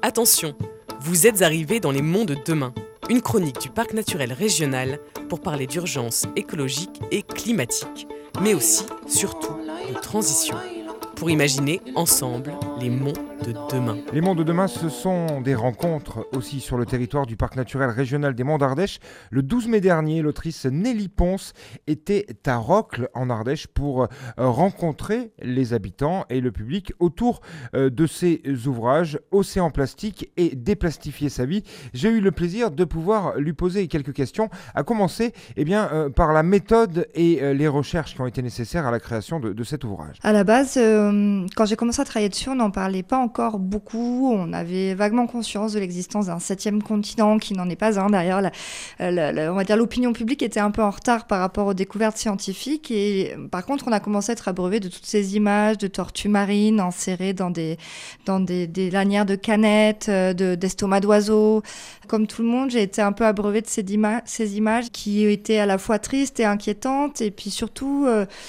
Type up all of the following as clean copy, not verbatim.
Attention, vous êtes arrivés dans les monts de demain, une chronique du Parc naturel régional pour parler d'urgence écologique et climatique, mais aussi, surtout, de transition, pour imaginer ensemble les monts de demain. Les monts de demain, ce sont des rencontres aussi sur le territoire du Parc naturel régional des Monts d'Ardèche. Le 12 mai dernier, l'autrice Nelly Ponce était à Rocles en Ardèche pour rencontrer les habitants et le public autour de ses ouvrages Océan plastique et Déplastifier sa vie. J'ai eu le plaisir de pouvoir lui poser quelques questions, à commencer par la méthode et les recherches qui ont été nécessaires à la création de cet ouvrage. À la base, quand j'ai commencé à travailler dessus, on n'en parlait pas encore beaucoup. On avait vaguement conscience de l'existence d'un 7e continent qui n'en est pas un. D'ailleurs, on va dire l'opinion publique était un peu en retard par rapport aux découvertes scientifiques. Et par contre, on a commencé à être abreuvé de toutes ces images de tortues marines enserrées dans des lanières de canettes, d'estomacs d'oiseaux. Comme tout le monde, j'ai été un peu abreuvée de ces images qui étaient à la fois tristes et inquiétantes. Et puis surtout,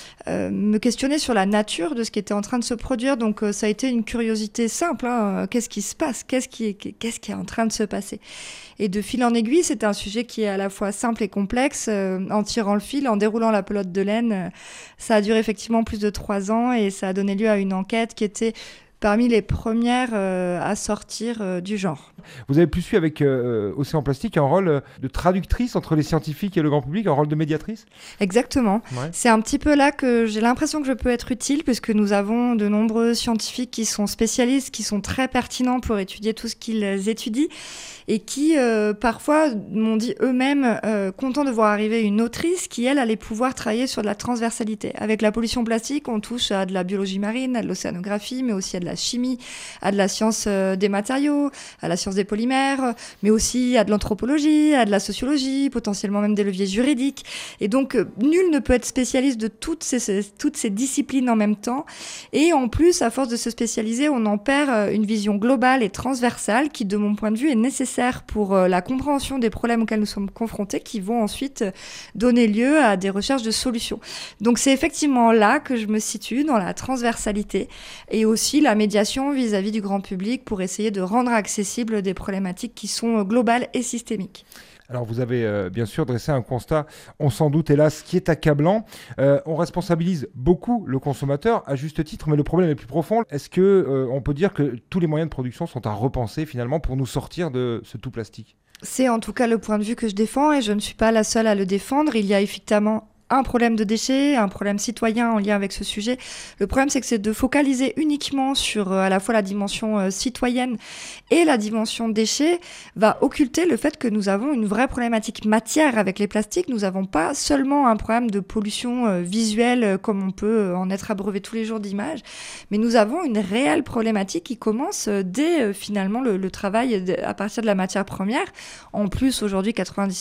me questionner sur la nature de ce qui était en train de se produire. Donc ça a été une curiosité simple. Qu'est-ce qui se passe ? Qu'est-ce qui est en train de se passer ? Et de fil en aiguille, c'était un sujet qui est à la fois simple et complexe. En tirant le fil, en déroulant la pelote de laine, ça a duré effectivement plus de 3 ans et ça a donné lieu à une enquête qui était parmi les premières à sortir du genre. Vous avez plus su avec Océan Plastique un rôle de traductrice entre les scientifiques et le grand public, un rôle de médiatrice ? Exactement. Ouais. C'est un petit peu là que j'ai l'impression que je peux être utile, puisque nous avons de nombreux scientifiques qui sont spécialistes, qui sont très pertinents pour étudier tout ce qu'ils étudient, et qui parfois m'ont dit eux-mêmes contents de voir arriver une autrice qui, elle, allait pouvoir travailler sur de la transversalité. Avec la pollution plastique, on touche à de la biologie marine, à de l'océanographie, mais aussi à de la chimie, à de la science des matériaux, à la science des polymères, mais aussi à de l'anthropologie, à de la sociologie, potentiellement même des leviers juridiques. Et donc, nul ne peut être spécialiste de toutes ces disciplines en même temps. Et en plus, à force de se spécialiser, on en perd une vision globale et transversale qui, de mon point de vue, est nécessaire pour la compréhension des problèmes auxquels nous sommes confrontés, qui vont ensuite donner lieu à des recherches de solutions. Donc, c'est effectivement là que je me situe, dans la transversalité, et aussi la médiation vis-à-vis du grand public pour essayer de rendre accessibles des problématiques qui sont globales et systémiques. Alors vous avez bien sûr dressé un constat, on s'en doute hélas, qui est accablant. On responsabilise beaucoup le consommateur, à juste titre, mais le problème est plus profond. Est-ce qu'on peut dire que tous les moyens de production sont à repenser finalement pour nous sortir de ce tout plastique ? C'est en tout cas le point de vue que je défends et je ne suis pas la seule à le défendre. Il y a effectivement un problème de déchets, un problème citoyen en lien avec ce sujet. Le problème, c'est que c'est de focaliser uniquement sur à la fois la dimension citoyenne et la dimension déchets va occulter le fait que nous avons une vraie problématique matière avec les plastiques. Nous n'avons pas seulement un problème de pollution visuelle comme on peut en être abreuvé tous les jours d'images, mais nous avons une réelle problématique qui commence dès finalement le travail à partir de la matière première. En plus, aujourd'hui,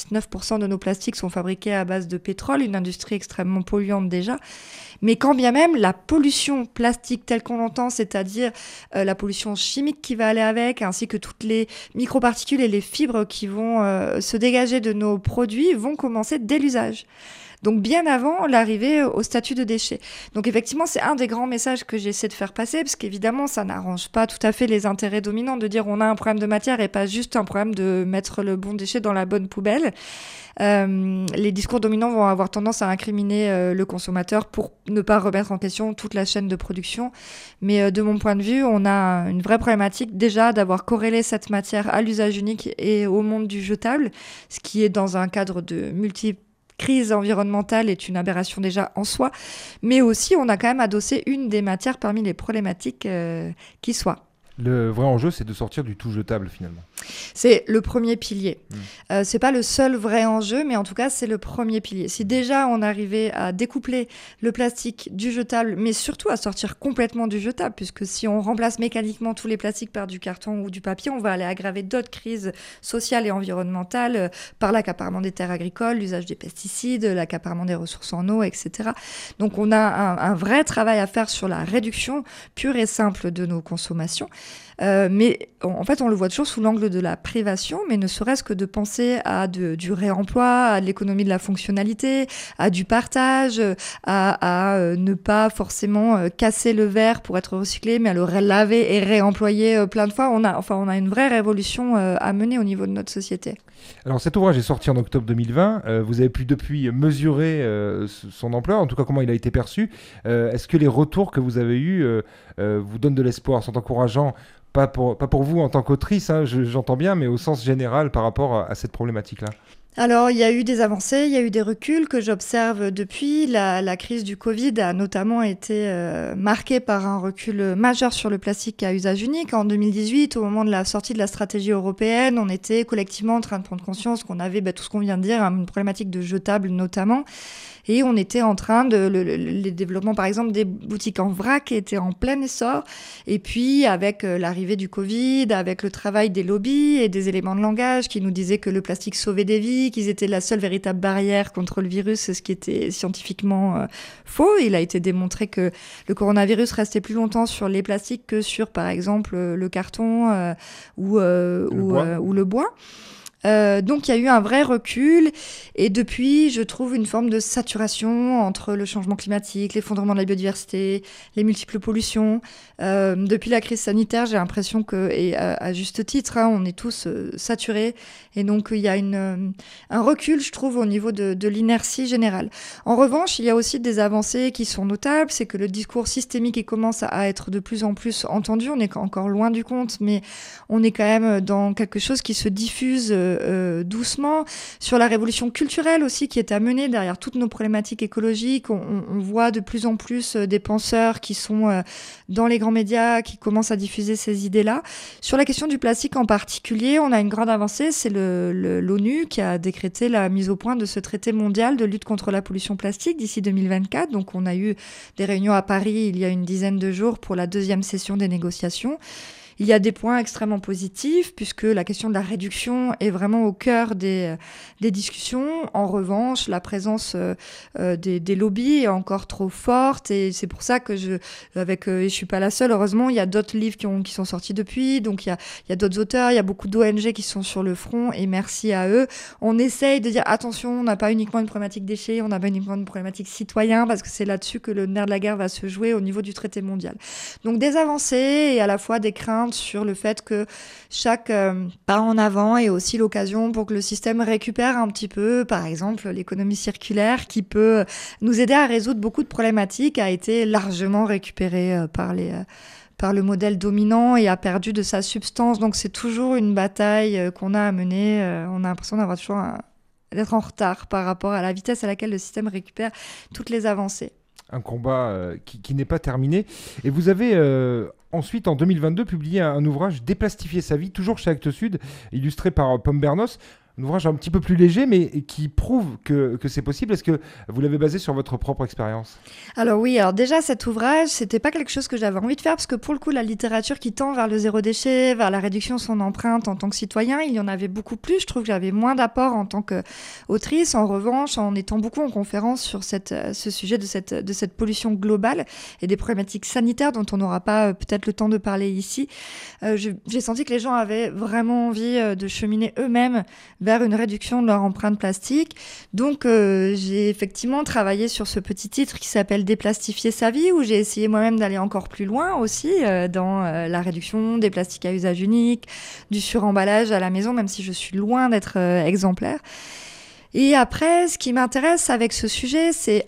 99% de nos plastiques sont fabriqués à base de pétrole, une industrie extrêmement polluante déjà, mais quand bien même la pollution plastique telle qu'on l'entend, c'est-à-dire la pollution chimique qui va aller avec, ainsi que toutes les microparticules et les fibres qui vont se dégager de nos produits, vont commencer dès l'usage. Donc bien avant l'arrivée au statut de déchet. Donc effectivement, c'est un des grands messages que j'essaie de faire passer, parce qu'évidemment, ça n'arrange pas tout à fait les intérêts dominants de dire on a un problème de matière et pas juste un problème de mettre le bon déchet dans la bonne poubelle. Les discours dominants vont avoir tendance à incriminer le consommateur pour ne pas remettre en question toute la chaîne de production. Mais de mon point de vue, on a une vraie problématique déjà d'avoir corrélé cette matière à l'usage unique et au monde du jetable, ce qui est dans un cadre de crise environnementale est une aberration déjà en soi, mais aussi on a quand même adossé une des matières parmi les problématiques qui soient. Le vrai enjeu, c'est de sortir du tout jetable finalement. C'est le premier pilier. C'est pas le seul vrai enjeu, mais en tout cas, c'est le premier pilier. Si déjà on arrivait à découpler le plastique du jetable, mais surtout à sortir complètement du jetable, puisque si on remplace mécaniquement tous les plastiques par du carton ou du papier, on va aller aggraver d'autres crises sociales et environnementales par l'accaparement des terres agricoles, l'usage des pesticides, l'accaparement des ressources en eau, etc. Donc on a un vrai travail à faire sur la réduction pure et simple de nos consommations. Mais en fait, on le voit toujours sous l'angle de la privation, mais ne serait-ce que de penser à du réemploi, à de l'économie de la fonctionnalité, à du partage, à ne pas forcément casser le verre pour être recyclé, mais à le laver et réemployer plein de fois. On a une vraie révolution à mener au niveau de notre société. Alors cet ouvrage est sorti en octobre 2020. Vous avez pu depuis mesurer son ampleur, en tout cas comment il a été perçu. Est-ce que les retours que vous avez eus vous donnent de l'espoir, sont encourageants? Pas pour vous en tant qu'autrice, hein, j'entends bien, mais au sens général par rapport à cette problématique-là. Alors, il y a eu des avancées, il y a eu des reculs que j'observe depuis. La crise du Covid a notamment été marquée par un recul majeur sur le plastique à usage unique. En 2018, au moment de la sortie de la stratégie européenne, on était collectivement en train de prendre conscience qu'on avait tout ce qu'on vient de dire, une problématique de jetables notamment. Et on était en train les développements, par exemple, des boutiques en vrac étaient en plein essor. Et puis, avec l'arrivée du Covid, avec le travail des lobbies et des éléments de langage qui nous disaient que le plastique sauvait des vies, qu'ils étaient la seule véritable barrière contre le virus, ce qui était scientifiquement faux. Il a été démontré que le coronavirus restait plus longtemps sur les plastiques que sur, par exemple, le carton ou le bois. Donc il y a eu un vrai recul et depuis je trouve une forme de saturation entre le changement climatique, l'effondrement de la biodiversité, les multiples pollutions. Depuis la crise sanitaire, j'ai l'impression que, et à juste titre, on est tous saturés et donc il y a un recul, je trouve, au niveau de l'inertie générale. En revanche, il y a aussi des avancées qui sont notables, c'est que le discours systémique commence à être de plus en plus entendu. On est encore loin du compte, mais on est quand même dans quelque chose qui se diffuse doucement. Sur la révolution culturelle aussi qui est à mener derrière toutes nos problématiques écologiques, on voit de plus en plus des penseurs qui sont dans les grands médias qui commencent à diffuser ces idées-là. Sur la question du plastique en particulier, on a une grande avancée, c'est l'ONU qui a décrété la mise au point de ce traité mondial de lutte contre la pollution plastique d'ici 2024. Donc on a eu des réunions à Paris il y a une dizaine de jours pour la 2e session des négociations. Il y a des points extrêmement positifs puisque la question de la réduction est vraiment au cœur des discussions. En revanche, la présence des lobbies est encore trop forte et c'est pour ça que je suis pas la seule. Heureusement, il y a d'autres livres qui sont sortis depuis. Donc il y a d'autres auteurs, il y a beaucoup d'ONG qui sont sur le front et merci à eux. On essaye de dire attention, on n'a pas uniquement une problématique déchets, on n'a pas uniquement une problématique citoyen parce que c'est là-dessus que le nerf de la guerre va se jouer au niveau du traité mondial. Donc des avancées et à la fois des craintes sur le fait que chaque pas en avant est aussi l'occasion pour que le système récupère un petit peu, par exemple l'économie circulaire qui peut nous aider à résoudre beaucoup de problématiques, a été largement récupérée par le modèle dominant et a perdu de sa substance. Donc c'est toujours une bataille qu'on a à mener. On a l'impression d'avoir toujours d'être en retard par rapport à la vitesse à laquelle le système récupère toutes les avancées. Un combat qui n'est pas terminé. Et vous avez ensuite, en 2022, publié un ouvrage, Déplastifier sa vie, toujours chez Actes Sud, illustré par Pomme Bernos. Un ouvrage un petit peu plus léger, mais qui prouve que c'est possible. Est-ce que vous l'avez basé sur votre propre expérience ? Alors oui, déjà cet ouvrage, c'était pas quelque chose que j'avais envie de faire, parce que pour le coup, la littérature qui tend vers le zéro déchet, vers la réduction de son empreinte en tant que citoyen, il y en avait beaucoup plus. Je trouve que j'avais moins d'apport en tant qu'autrice. En revanche, en étant beaucoup en conférence sur ce sujet de cette pollution globale et des problématiques sanitaires dont on n'aura pas peut-être le temps de parler ici, j'ai senti que les gens avaient vraiment envie de cheminer eux-mêmes vers une réduction de leur empreinte plastique. Donc, j'ai effectivement travaillé sur ce petit titre qui s'appelle « Déplastifier sa vie » où j'ai essayé moi-même d'aller encore plus loin aussi dans la réduction des plastiques à usage unique, du suremballage à la maison, même si je suis loin d'être exemplaire. Et après, ce qui m'intéresse avec ce sujet, c'est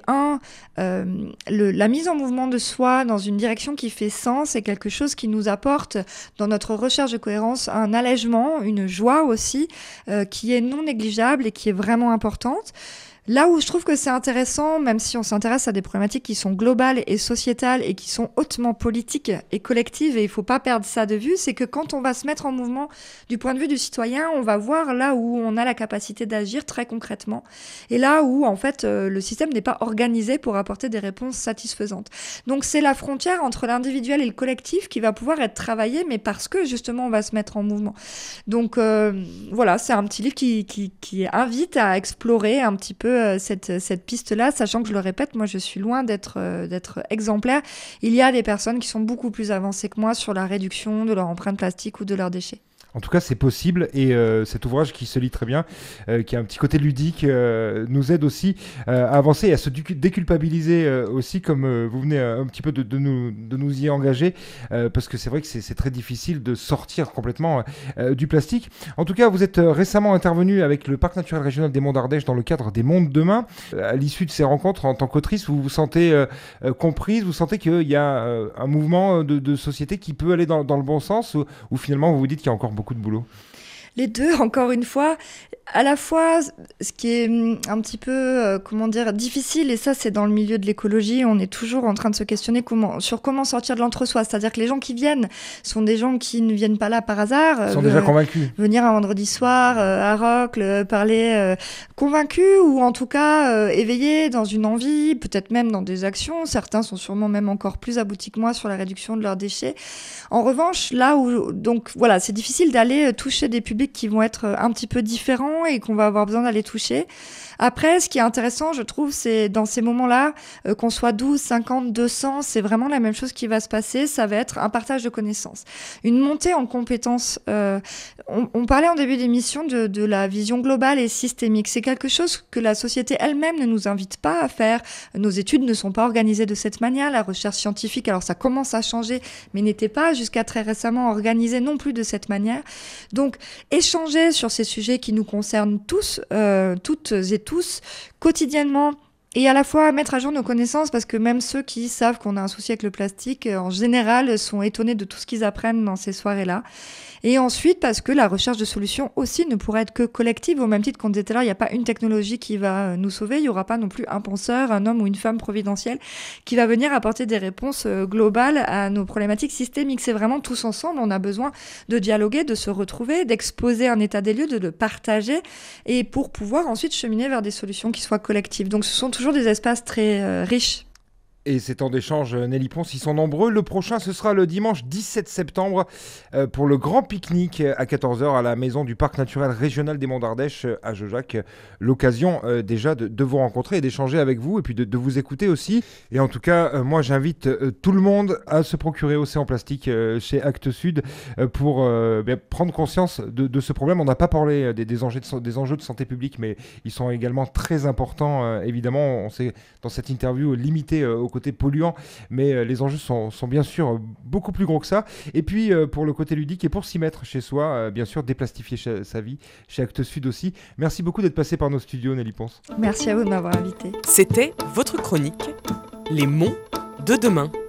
la mise en mouvement de soi dans une direction qui fait sens et quelque chose qui nous apporte, dans notre recherche de cohérence, un allègement, une joie aussi, qui est non négligeable et qui est vraiment importante. Là où je trouve que c'est intéressant, même si on s'intéresse à des problématiques qui sont globales et sociétales et qui sont hautement politiques et collectives, et il ne faut pas perdre ça de vue, c'est que quand on va se mettre en mouvement du point de vue du citoyen, on va voir là où on a la capacité d'agir très concrètement et là où en fait le système n'est pas organisé pour apporter des réponses satisfaisantes. Donc c'est la frontière entre l'individuel et le collectif qui va pouvoir être travaillée, mais parce que justement on va se mettre en mouvement. Donc voilà, c'est un petit livre qui invite à explorer un petit peu peu cette piste-là, sachant que je le répète, moi je suis loin d'être exemplaire. Il y a des personnes qui sont beaucoup plus avancées que moi sur la réduction de leur empreinte plastique ou de leurs déchets. En tout cas, c'est possible et cet ouvrage qui se lit très bien, qui a un petit côté ludique, nous aide aussi à avancer et à se déculpabiliser aussi, comme vous venez un petit peu de nous y engager, parce que c'est vrai que c'est très difficile de sortir complètement du plastique. En tout cas, vous êtes récemment intervenu avec le Parc naturel régional des Monts d'Ardèche dans le cadre des Monts de demain. À l'issue de ces rencontres, en tant qu'autrice, vous vous sentez comprise, vous sentez qu'il y a un mouvement de société qui peut aller dans le bon sens, ou finalement vous vous dites qu'il y a encore beaucoup de boulot? Les deux, encore une fois, à la fois, ce qui est un petit peu, difficile, et ça c'est dans le milieu de l'écologie, on est toujours en train de se questionner sur comment sortir de l'entre-soi. C'est-à-dire que les gens qui viennent sont des gens qui ne viennent pas là par hasard. Ils sont déjà convaincus. Venir un vendredi soir à Rocle, parler convaincus, ou en tout cas éveillés dans une envie, peut-être même dans des actions. Certains sont sûrement même encore plus aboutis que moi sur la réduction de leurs déchets. En revanche, là où, donc voilà, c'est difficile d'aller toucher des publics qui vont être un petit peu différents et qu'on va avoir besoin d'aller toucher. Après, ce qui est intéressant, je trouve, c'est dans ces moments-là, qu'on soit 12, 50, 200, c'est vraiment la même chose qui va se passer. Ça va être un partage de connaissances. Une montée en compétences. On parlait en début d'émission de la vision globale et systémique. C'est quelque chose que la société elle-même ne nous invite pas à faire. Nos études ne sont pas organisées de cette manière. La recherche scientifique, alors ça commence à changer, mais n'était pas jusqu'à très récemment organisée non plus de cette manière. Donc, échanger sur ces sujets qui nous concernent tous, toutes et tous, quotidiennement, et à la fois mettre à jour nos connaissances, parce que même ceux qui savent qu'on a un souci avec le plastique, en général, sont étonnés de tout ce qu'ils apprennent dans ces soirées-là. Et ensuite, parce que la recherche de solutions aussi ne pourrait être que collective, au même titre qu'on disait tout à l'heure, il n'y a pas une technologie qui va nous sauver, il n'y aura pas non plus un penseur, un homme ou une femme providentielle qui va venir apporter des réponses globales à nos problématiques systémiques. C'est vraiment tous ensemble, on a besoin de dialoguer, de se retrouver, d'exposer un état des lieux, de le partager, et pour pouvoir ensuite cheminer vers des solutions qui soient collectives. Donc ce sont toujours des espaces très riches. Et ces temps d'échange, Nelly Ponce, ils sont nombreux. Le prochain, ce sera le dimanche 17 septembre pour le grand pique-nique à 14h à la maison du Parc naturel régional des Monts d'Ardèche à Jaujac. L'occasion déjà de vous rencontrer et d'échanger avec vous et puis de vous écouter aussi. Et en tout cas, moi, j'invite tout le monde à se procurer Océan Plastique chez Actes Sud pour prendre conscience de ce problème. On n'a pas parlé des enjeux de santé publique, mais ils sont également très importants. Évidemment, on s'est dans cette interview limité au côté polluant, mais les enjeux sont bien sûr beaucoup plus gros que ça. Et puis pour le côté ludique et pour s'y mettre chez soi, bien sûr déplastifier sa vie chez Actes Sud aussi. Merci beaucoup d'être passé par nos studios, Nelly Ponce. Merci à vous de m'avoir invité. C'était votre chronique Les Monts de demain.